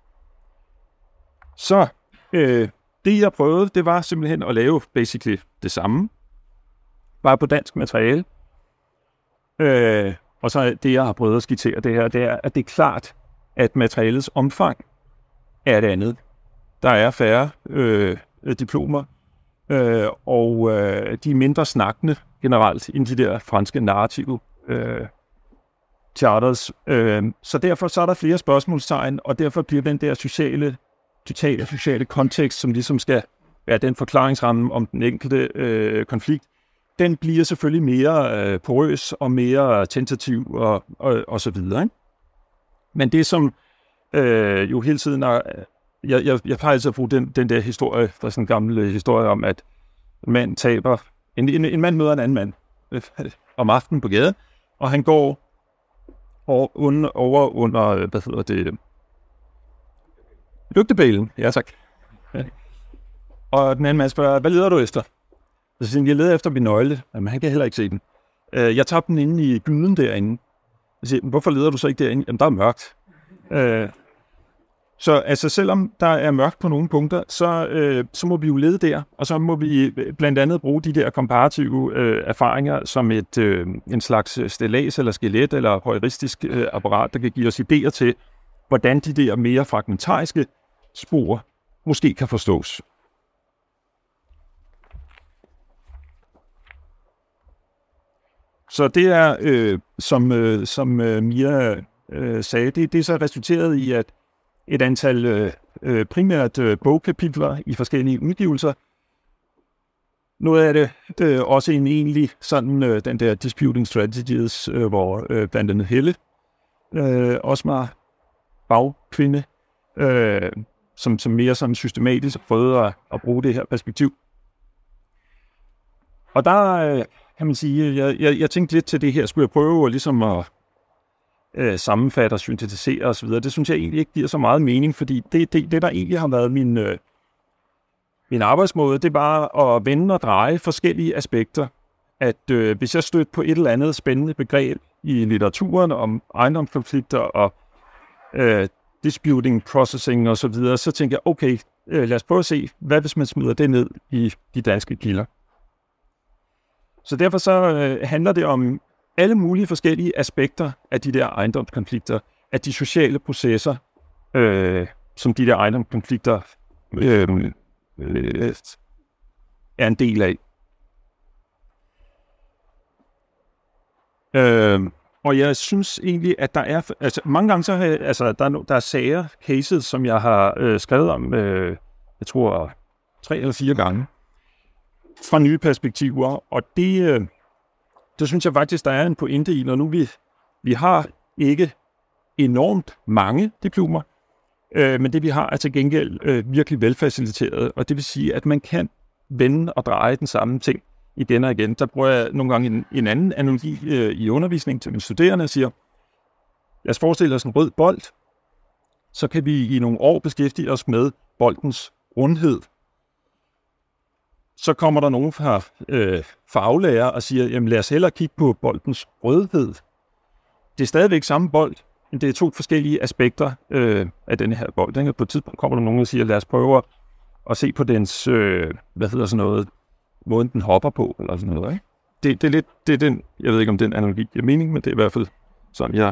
Så øh, det jeg prøvede, det var simpelthen at lave basically det samme, bare på dansk materiale. Øh, og så det jeg har prøvet at skitsere det her, det er, at det er klart, at materialets omfang er det andet. Der er færre øh, diplomer, øh, og øh, de er mindre snakkende generelt end de der franske narrative øh, charters. Øh, så derfor så er der flere spørgsmålstegn, og derfor bliver den der sociale, totale sociale kontekst, som ligesom skal være den forklaringsramme om den enkelte øh, konflikt, den bliver selvfølgelig mere øh, porøs og mere tentativ og, og, og så videre. Ikke? Men det som øh, jo hele tiden er, jeg, jeg, jeg har altid brugt den, den der historie, fra sådan en gammel historie om, at en mand taber, en, en, en mand møder en anden mand øh, om aftenen på gaden, og han går over under, over under hvad hedder det, lygtepælen, ja tak. Ja. Og den anden mand spørger, hvad leder du efter? Så siger han, jeg leder efter min nøgle. Jamen, han kan heller ikke se den. Øh, jeg tabte den inde i gyden derinde. Så siger, hvorfor leder du så ikke derinde? Jamen, der er mørkt. Øh, så altså, selvom der er mørkt på nogle punkter, så, øh, så må vi jo lede der, og så må vi blandt andet bruge de der komparative øh, erfaringer som et, øh, en slags stillads eller skelet eller heuristisk øh, apparat, der kan give os idéer til, hvordan de der mere fragmentariske spor måske kan forstås. Så det er, øh, som, øh, som øh, Mia øh, sagde, det, det er så resulteret i, at et antal øh, øh, primært øh, bogkapitler i forskellige udgivelser. Noget af det, det er også en egentlig sådan, øh, den der Disputing Strategies, øh, hvor øh, blandt andet Helle, øh, Osmar Bagkvinde, øh, som, som mere sådan systematisk prøvede at, at bruge det her perspektiv. Og der øh, kan man sige, jeg, jeg, jeg tænkte lidt til det her, skulle jeg prøve ligesom at øh, sammenfatte og syntetisere osv. Det synes jeg egentlig ikke giver så meget mening, fordi det, det, det der egentlig har været min, øh, min arbejdsmåde, det var at vende og dreje forskellige aspekter. At øh, hvis jeg stødte på et eller andet spændende begreb i litteraturen om ejendomskonflikter og øh, disputing, processing osv., så, så tænkte jeg, okay, øh, lad os prøve at se, hvad hvis man smider det ned i de danske kilder. Så derfor så øh, handler det om alle mulige forskellige aspekter af de der ejendomskonflikter, af de sociale processer, øh, som de der ejendomskonflikter øh, øh, er en del af. Øh, og jeg synes egentlig, at der er, altså mange gange så har jeg, altså der er, der er sager, cases, som jeg har øh, skrevet om, øh, jeg tror tre eller fire gange, fra nye perspektiver, og det, øh, det synes jeg faktisk, der er en pointe i, når nu vi, vi har ikke enormt mange diplomer, øh, men det vi har er til gengæld øh, virkelig velfaciliteret, og det vil sige, at man kan vende og dreje den samme ting igen og igen. Der bruger jeg nogle gange en, en anden analogi øh, i undervisning til mine studerende og siger, lad os forestille os en rød bold, så kan vi i nogle år beskæftige os med boldens rundhed. Så kommer der nogen fra øh, faglærer og siger, jamen lad os hellere kigge på boldens rødhed. Det er stadigvæk samme bold, det er to forskellige aspekter øh, af denne her bold. Ikke? På et tidspunkt kommer der nogen og siger, lad os prøve at se på dens, øh, hvad hedder sådan noget, måden den hopper på, eller sådan noget. Ikke? Det, det er lidt, det er den, jeg ved ikke om den analogi giver mening, men det er i hvert fald sådan, jeg...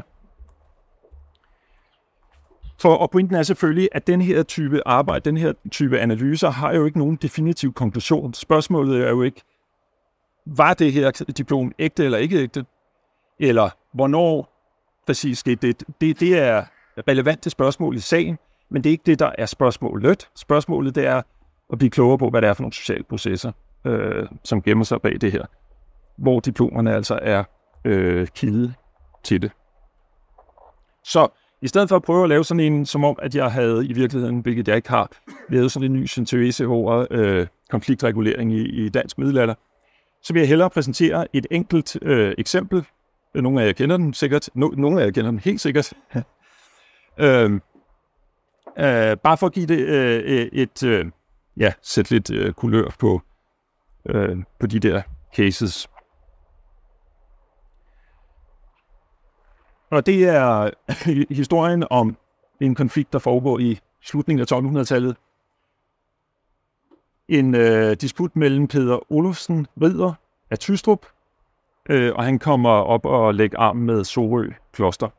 For, og pointen er selvfølgelig, at den her type arbejde, den her type analyser, har jo ikke nogen definitiv konklusion. Spørgsmålet er jo ikke, var det her diplom ægte eller ikke ægte? Eller hvornår præcis skete det? Det, det er relevante spørgsmål i sagen, men det er ikke det, der er spørgsmålet. Spørgsmålet det er at blive klogere på, hvad det er for nogle sociale processer, øh, som gemmer sig bag det her. Hvor diplomerne altså er øh, kilde til det. Så i stedet for at prøve at lave sådan en, som om, at jeg havde i virkeligheden, hvilket jeg ikke har, lavet sådan en ny syntese over øh, konfliktregulering i, i dansk middelalder, så vil jeg hellere præsentere et enkelt øh, eksempel. Nogle af jer kender den sikkert. No, nogle af jer kender den helt sikkert. øh, øh, bare for at give det øh, et, øh, ja, sætte lidt øh, kulør på, øh, på de der cases. Og det er historien om en konflikt, der foregår i slutningen af tolvhundredetallet. En øh, disput mellem Peder Olufsen, ridder af Tystrup, øh, og han kommer op og lægger arm med Sorø Kloster.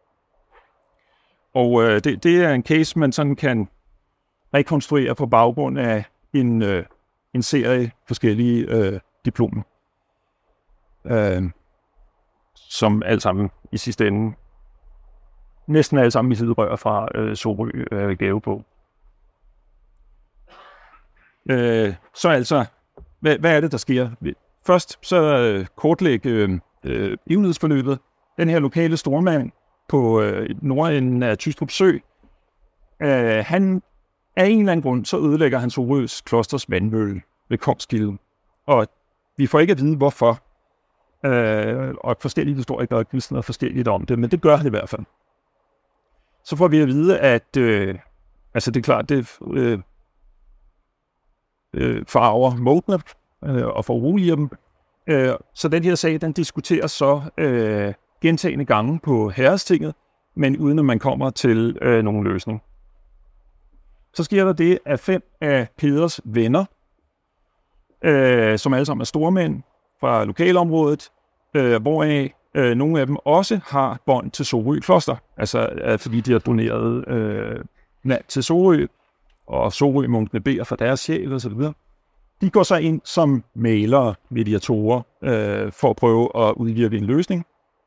Og øh, det, det er en case, man sådan kan rekonstruere på baggrund af en, øh, en serie forskellige øh, diplomer. Øh, som alle sammen i sidste ende, næsten alle sammen i siderør fra øh, Sorø øh, gave på. Øh, så altså, hvad, hvad er det, der sker? Først så øh, kortlægge øh, øh, begivenhedsforløbet. Den her lokale stormand på øh, nordenden af Tystrup Sø, øh, han af en eller anden grund, så ødelægger han Sorøs klosters vandmølle ved Kongskilden. Og vi får ikke at vide, hvorfor. Øh, og forskellige historikere kan sige noget forskelligt om det, men det gør han i hvert fald. Så får vi at vide, at øh, altså det er klart, det øh, øh, farver modne øh, og foruroliger dem. Øh, så den her sag, den diskuteres så øh, gentagne gange på Herrestinget, men uden at man kommer til øh, nogen løsning. Så sker der det, at fem af Peders venner, øh, som alle sammen er stormænd fra lokalområdet, øh, hvoraf øh, nogle af dem også har bånd til Sorø Kloster, altså øh, fordi de har doneret øh, land til Sorø, og Sorø-munkene beder for deres sjæl og så videre. De går så ind som mælere, mediatorer, øh, for at prøve at udvirke en løsning.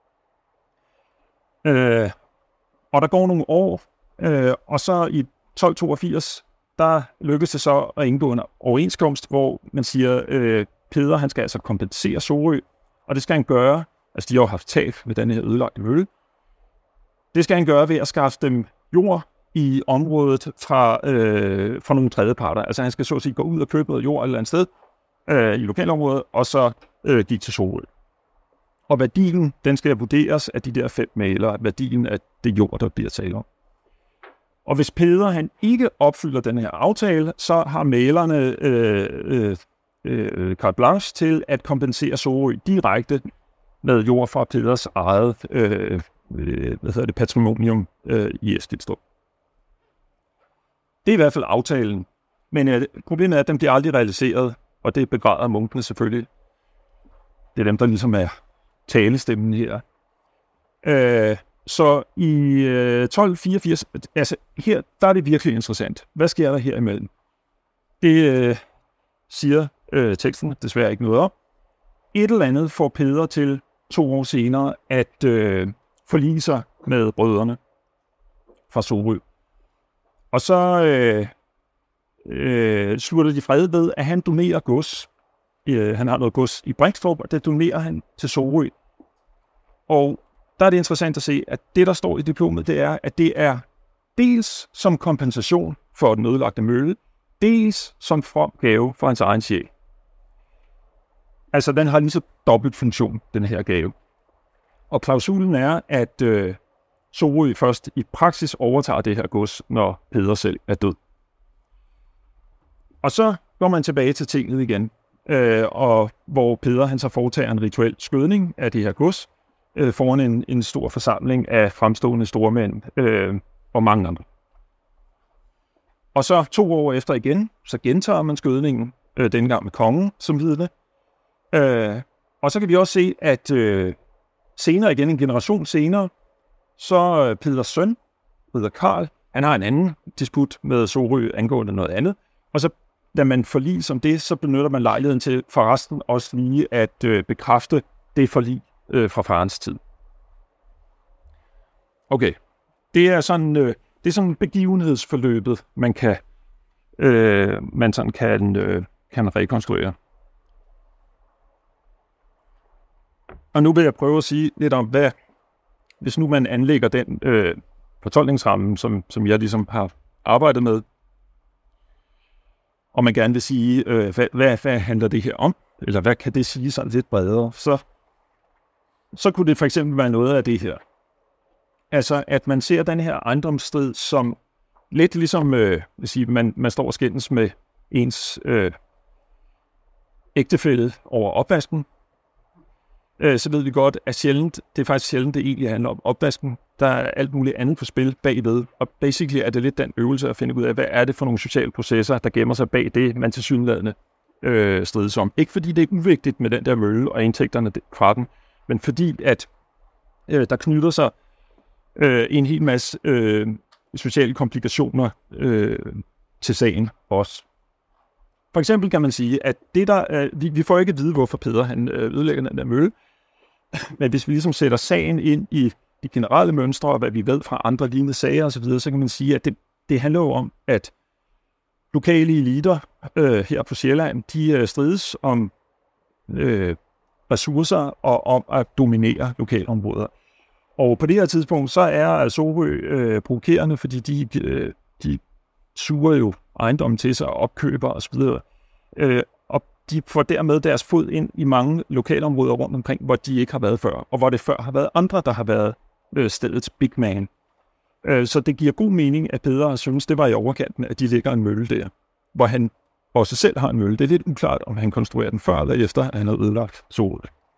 Øh, og der går nogle år, øh, og så i tolv toogfirs, der lykkes det så at indgå en overenskomst, hvor man siger, øh, Peder, han skal altså kompensere Sorø, og det skal han gøre, altså de har jo haft tab ved den her ødelagte mølle, det skal han gøre ved at skaffe dem jord i området fra, øh, fra nogle tredjeparter. Altså han skal så at sige gå ud og købe noget jord et eller andet sted øh, i lokalområdet, og så øh, give til Sorø. Og værdien, den skal vurderes af de der fem mælere, værdien af det jord, der bliver talt om. Og hvis Peder han ikke opfylder den her aftale, så har mælerne øh, øh, øh, carte blanche til at kompensere Sorø direkte med jord fra Peders eget øh, øh, hvad hedder det, patrimonium øh, i Eskilstrup. Det er i hvert fald aftalen. Men øh, problemet er, at den bliver aldrig realiseret, og det begræder munkene selvfølgelig. Det er dem, der ligesom er talestemmen her. Øh, så i øh, tolv fireogfirs, altså her, der er det virkelig interessant. Hvad sker der her imellem? Det øh, siger øh, teksten desværre ikke noget om. Et eller andet får Peder til to år senere at øh, forlige sig med brødrene fra Sorø. Og så øh, øh, slutter de fred ved, at han donerer gods. Øh, han har noget gods i Brixtorp, og det donerer han til Sorø. Og der er det interessant at se, at det, der står i diplomet, det er, at det er dels som kompensation for den ødelagte mølle, dels som from gave for hans egen sjæl. Altså, den har lige så dobbelt funktion, den her gave. Og klausulen er, at øh, Sorø først i praksis overtager det her gods, når Peder selv er død. Og så går man tilbage til tinget igen, øh, og hvor Peder han så foretager en rituel skødning af det her gods, øh, foran en, en stor forsamling af fremstående stormænd øh, og mange andre. Og så to år efter igen, så gentager man skødningen, øh, denne gang med kongen som vidne. Øh, og så kan vi også se, at øh, senere igen, en generation senere, så øh, Peders søn, Ridder Karl, han har en anden disput med Sorø angående noget andet. Og så, da man forlig som det, så benytter man lejligheden til forresten også lige at øh, bekræfte det forlig øh, fra farens tid. Okay, det er sådan, øh, det er sådan begivenhedsforløbet, man kan, øh, man sådan kan, øh, kan rekonstruere. Og nu vil jeg prøve at sige lidt om, hvad, hvis nu man anlægger den øh, fortolkningsramme, som, som jeg ligesom har arbejdet med, og man gerne vil sige, øh, hvad, hvad, hvad handler det her om, eller hvad kan det sige sådan lidt bredere, så, så kunne det for eksempel være noget af det her. Altså, at man ser den her ejendomsstrid som lidt ligesom, øh, vil sige, man, man står og skændes med ens øh, ægtefælle over opvasken, øh, så ved vi godt, at sjældent, det er faktisk sjældent, det egentlig handler om opvasken. Der er alt muligt andet på spil bagved, og basically er det lidt den øvelse at finde ud af, hvad er det for nogle sociale processer, der gemmer sig bag det, man tilsyneladende øh, strides om. Ikke fordi det er uvigtigt med den der mølle og indtægterne fra den, men fordi at øh, der knytter sig øh, en hel masse øh, sociale komplikationer øh, til sagen også. For eksempel kan man sige, at det der, øh, vi, vi får ikke at vide, hvorfor Peder han øh, ødelægger den der mølle, men hvis vi ligesom sætter sagen ind i de generelle mønstre, og hvad vi ved fra andre lignende sager osv., så, så kan man sige, at det, det handler jo om, at lokale eliter øh, her på Sjælland, de øh, strides om øh, ressourcer og om at dominere lokalområder. Og på det her tidspunkt, så er Sorø øh, provokerende, fordi de, øh, de suger jo ejendommen til sig og opkøber osv., øh, og de får dermed deres fod ind i mange lokalområder rundt omkring, hvor de ikke har været før, og hvor det før har været andre, der har været øh, stedets big man. Øh, så det giver god mening, at Peder synes, det var i overkanten, at de lægger en mølle der, hvor han også selv har en mølle. Det er lidt uklart, om han konstruerer den før eller efter, at han har ødelagt Sorø.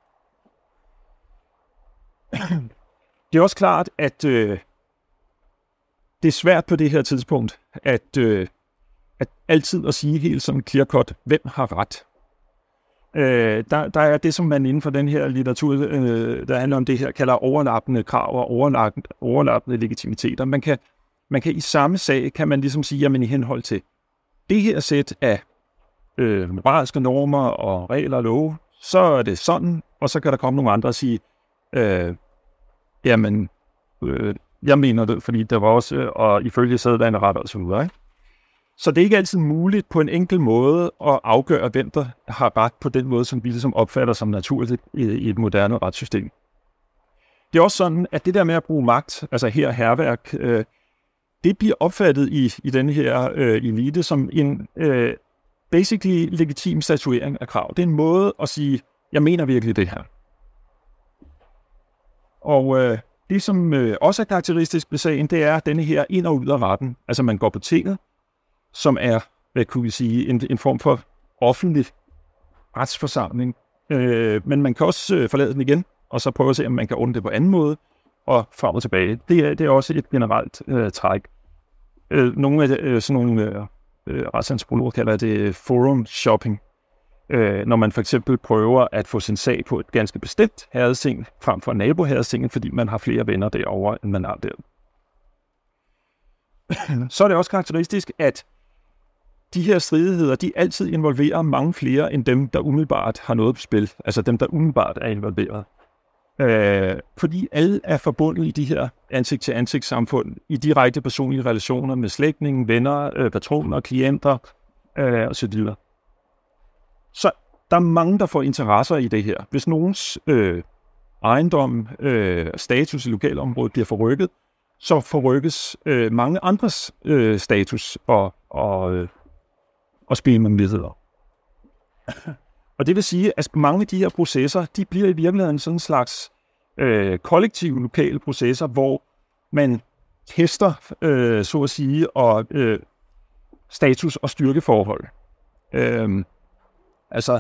Det er også klart, at øh, det er svært på det her tidspunkt, at, øh, at altid at sige helt sådan clear-cut, hvem har ret. Øh, der, der er det, som man inden for den her litteratur, øh, der handler om det her, kalder overlappende krav og overlappende, overlappende legitimiteter. Man kan, man kan i samme sag, kan man ligesom sige, jamen i henhold til det her sæt af øh, moralske normer og regler og love, så er det sådan, og så kan der komme nogle andre og sige, øh, jamen, øh, jeg mener det, fordi der var også, øh, og ifølge sædvane ret og så videre, ikke? Så det er ikke altid muligt på en enkel måde at afgøre, hvem der har ret på den måde, som vi ligesom opfatter som naturligt i, i et moderne retssystem. Det er også sådan, at det der med at bruge magt, altså her herværk, øh, det bliver opfattet i, i den her øh, elite som en øh, basically legitim statuering af krav. Det er en måde at sige, jeg mener virkelig det her. Og øh, det, som øh, også er karakteristisk ved sagen, det er denne her ind og ud af retten. Altså man går på tinget, som er, hvad kunne vi sige, en, en form for offentlig retsforsamling. Øh, men man kan også øh, forlade den igen, og så prøve at se, om man kan ordne det på anden måde, og frem og tilbage. Det er, det er også et generelt øh, træk. Øh, nogle af de, øh, sådan nogle øh, retsantropologer kalder det forum shopping. Øh, når man for eksempel prøver at få sin sag på et ganske bestemt herredsting, frem for naboherredstinget, fordi man har flere venner derovre, end man har der. Så er det også karakteristisk, at de her stridigheder, de altid involverer mange flere end dem, der umiddelbart har noget på spil. Altså dem, der umiddelbart er involveret. Øh, fordi alle er forbundet i de her ansigt-til-ansigt-samfund, i direkte personlige relationer med slægtninge, venner, øh, patroner, klienter øh, osv. Så der er mange, der får interesser i det her. Hvis nogens øh, ejendom, øh, status i lokalområdet bliver forrykket, så forrykkes øh, mange andres øh, status og, og, øh, og spilmuligheder. Og det vil sige, at mange af de her processer, de bliver i virkeligheden sådan en slags øh, kollektive lokale processer, hvor man tester, øh, så at sige, og øh, status og styrkeforhold. Øh, altså,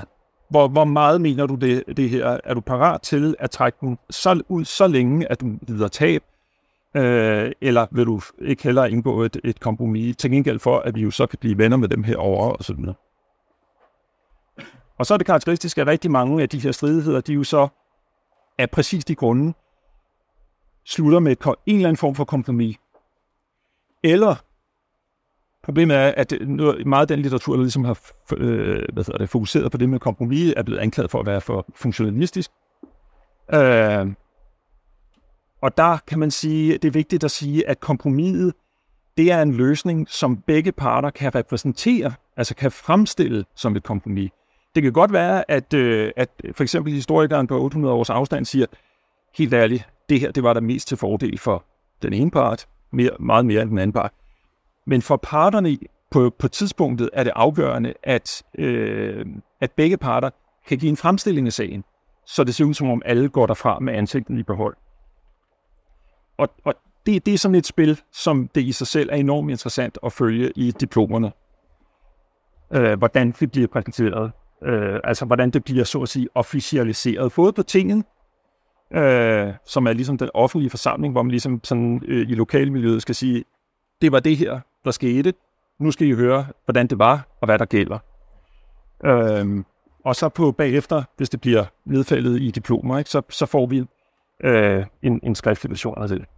Hvor, hvor meget mener du det, det her? Er du parat til at trække den så ud så længe, at du lider tab? Øh, eller vil du ikke hellere indgå et, et kompromis til gengæld for, at vi jo så kan blive venner med dem herovre og sådan noget? Og så er det karakteristisk, at rigtig mange af de her stridigheder, de jo så af præcis de grunde slutter med et, en eller anden form for kompromis. Eller problemet er, at meget af den litteratur, der ligesom har øh, hvad hedder det, fokuseret på det med kompromis, er blevet anklaget for at være for funktionalistisk. Øh, og der kan man sige, det er vigtigt at sige, at kompromiset, det er en løsning, som begge parter kan repræsentere, altså kan fremstille som et kompromis. Det kan godt være, at, øh, at for eksempel historikeren på otte hundrede års afstand siger, helt ærligt, det her det var der mest til fordel for den ene part, mere, meget mere end den anden part. Men for parterne på, på tidspunktet er det afgørende, at, øh, at begge parter kan give en fremstilling af sagen, så det ser ud som om alle går derfra med ansigtet i behold. Og, og det, det er sådan et spil, som det i sig selv er enormt interessant at følge i diplomerne. Øh, hvordan det bliver præsenteret. Øh, altså hvordan det bliver, så at sige, officialiseret. Både på tinget, øh, som er ligesom den offentlige forsamling, hvor man ligesom sådan, øh, i lokalmiljøet skal sige, det var det her, der skete. Nu skal I høre, hvordan det var, og hvad der gælder. Øh, og så på bagefter, hvis det bliver nedfældet i diplomer, ikke, så, så får vi øh, en, en skriftlig version af det.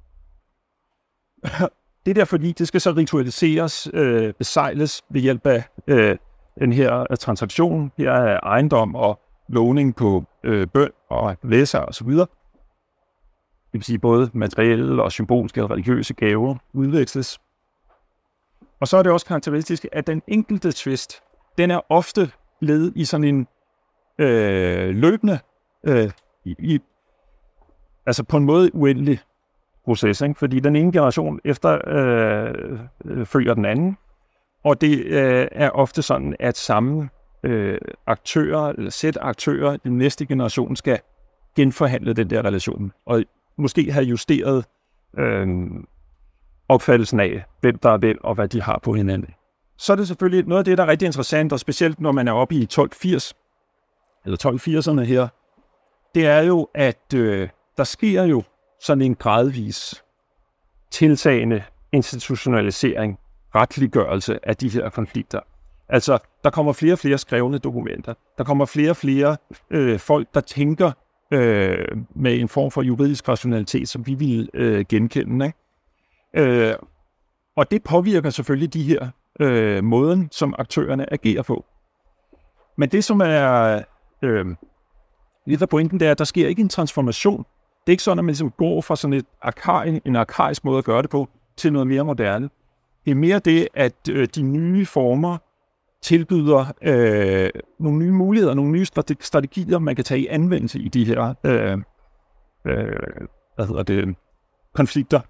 Det er der, fordi det skal så ritualiseres, øh, besejles ved hjælp af øh, den her transaktion. Her er ejendom og lovning på øh, bøn og læser og så videre. Det vil sige både materielle og symbolske og religiøse gaver udveksles. Og så er det også karakteristisk, at den enkelte tvist, den er ofte led i sådan en øh, løbende, øh, i, i, altså på en måde uendelig proces, ikke? Fordi den ene generation efter øh, øh, følger den anden, og det øh, er ofte sådan, at samme øh, aktører, eller sæt aktører, den næste generation skal genforhandle den der relation, og måske have justeret øh, opfattelsen af, hvem der er hvem, og hvad de har på hinanden. Så er det selvfølgelig noget af det, der er rigtig interessant, og specielt når man er oppe i tolv firs, eller tolv firserne her, det er jo, at øh, der sker jo sådan en gradvis tiltagende institutionalisering, retliggørelse af de her konflikter. Altså, der kommer flere og flere skrevne dokumenter. Der kommer flere og flere øh, folk, der tænker øh, med en form for juridisk rationalitet, som vi vil øh, genkende. Ikke? Øh, og det påvirker selvfølgelig de her øh, måden, som aktørerne agerer på. Men det, som er øh, lidt af pointen, det er, at der sker ikke en transformation. Det er ikke sådan, at man ligesom går fra sådan et arkaj, en arkaisk måde at gøre det på, til noget mere moderne. Det er mere det, at øh, de nye former tilbyder øh, nogle nye muligheder, nogle nye strategier, man kan tage i anvendelse i de her øh, øh, hvad hedder det, konflikter.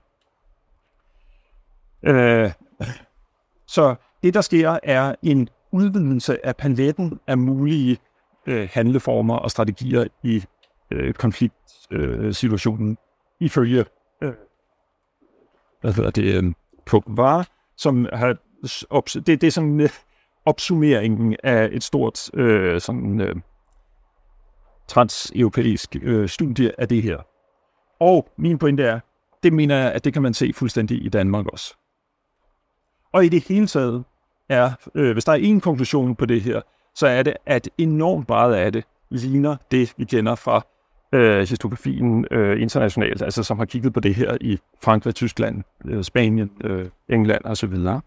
Øh, så det, der sker, er en udvidelse af paletten af mulige øh, handleformer og strategier i øh, konfliktsituationen, øh, ifølge øh, hvad hedder det, øh, Popvar, som har det, det er sådan øh, opsummeringen af et stort øh, sådan øh, transeuropæisk øh, studie af det her. Og min pointe er, det mener jeg, at det kan man se fuldstændig i Danmark også. Og i det hele taget er, øh, hvis der er en konklusion på det her, så er det, at enormt meget af det ligner det, vi kender fra øh, historiografien øh, internationalt, altså som har kigget på det her i Frankrig, Tyskland, øh, Spanien, øh, England og så videre.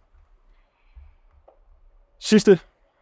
Sidste,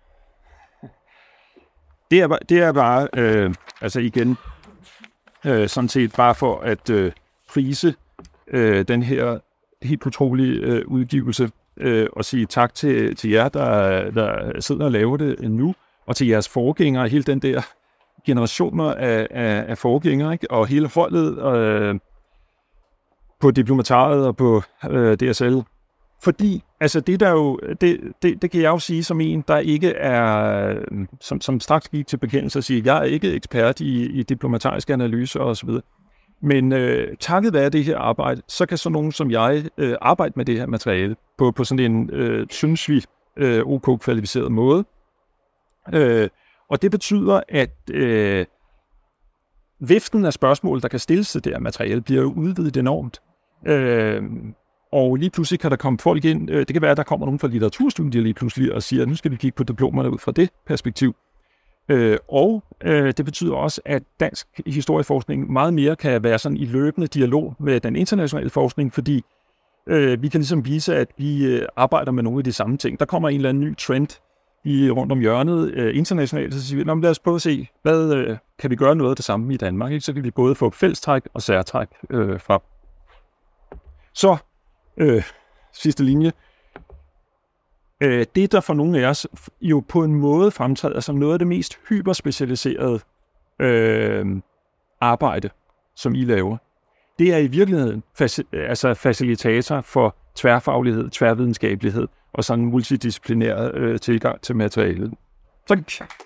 det er, det er bare, øh, altså igen, øh, sådan set bare for at øh, prise øh, den her helt utrolige øh, udgivelse, øh, og sige tak til, til jer, der, der sidder og laver det nu, og til jeres forgængere, hele den der generationer af, af, af forgængere, ikke? Og hele holdet øh, på diplomataret og på øh, D S L. Fordi, altså det der jo, det, det, det kan jeg jo sige som en, der ikke er, som, som straks gik til bekendelse og sige, jeg er ikke ekspert i, i diplomatarisk analyse og så videre. Men øh, takket være det her arbejde, så kan sådan nogen som jeg øh, arbejde med det her materiale på, på sådan en, øh, synes vi, øh, OK kvalificeret måde. Øh, Og det betyder, at øh, viften af spørgsmål, der kan stilles til det her materiale, bliver jo udvidet enormt. Øh, og lige pludselig kan der komme folk ind. Øh, det kan være, at der kommer nogen fra litteraturstudier lige pludselig og siger, at nu skal vi kigge på diplomerne ud fra det perspektiv. Øh, og øh, det betyder også, at dansk historieforskning meget mere kan være sådan i løbende dialog med den internationale forskning, fordi øh, vi kan ligesom vise, at vi øh, arbejder med nogle af de samme ting. Der kommer en eller anden ny trend i rundt om hjørnet øh, internationalt, så siger vi, lad os prøve at se, hvad øh, kan vi gøre noget af det samme i Danmark, ikke? Så kan vi både få fællestræk og særtræk øh, frem. Så, øh, sidste linje. Øh, det, der for nogle af os jo på en måde fremtræder som noget af det mest hyperspecialiserede øh, arbejde, som I laver, det er i virkeligheden faci- altså facilitator for tværfaglighed, tværvidenskabelighed og sådan en multidisciplinær øh, tilgang til materialet. Tak.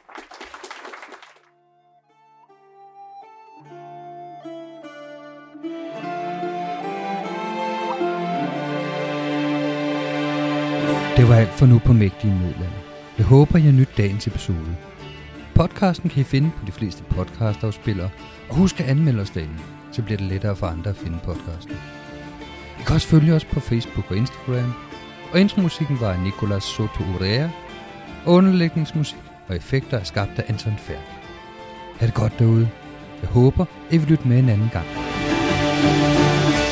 Det var alt for nu på Mægtige Middelalder. Jeg håber, I har nydt dagens episode. Podcasten kan I finde på de fleste podcastafspillere, og husk at anmelde os derinde, så bliver det lettere for andre at finde podcasten. I kan også følge os på Facebook og Instagram, og intromusikken var af Nicolas Soto Urea, og underlægningsmusik og effekter er skabt af Anton Færk. Ha' det godt derude. Jeg håber, I vil lytte med en anden gang.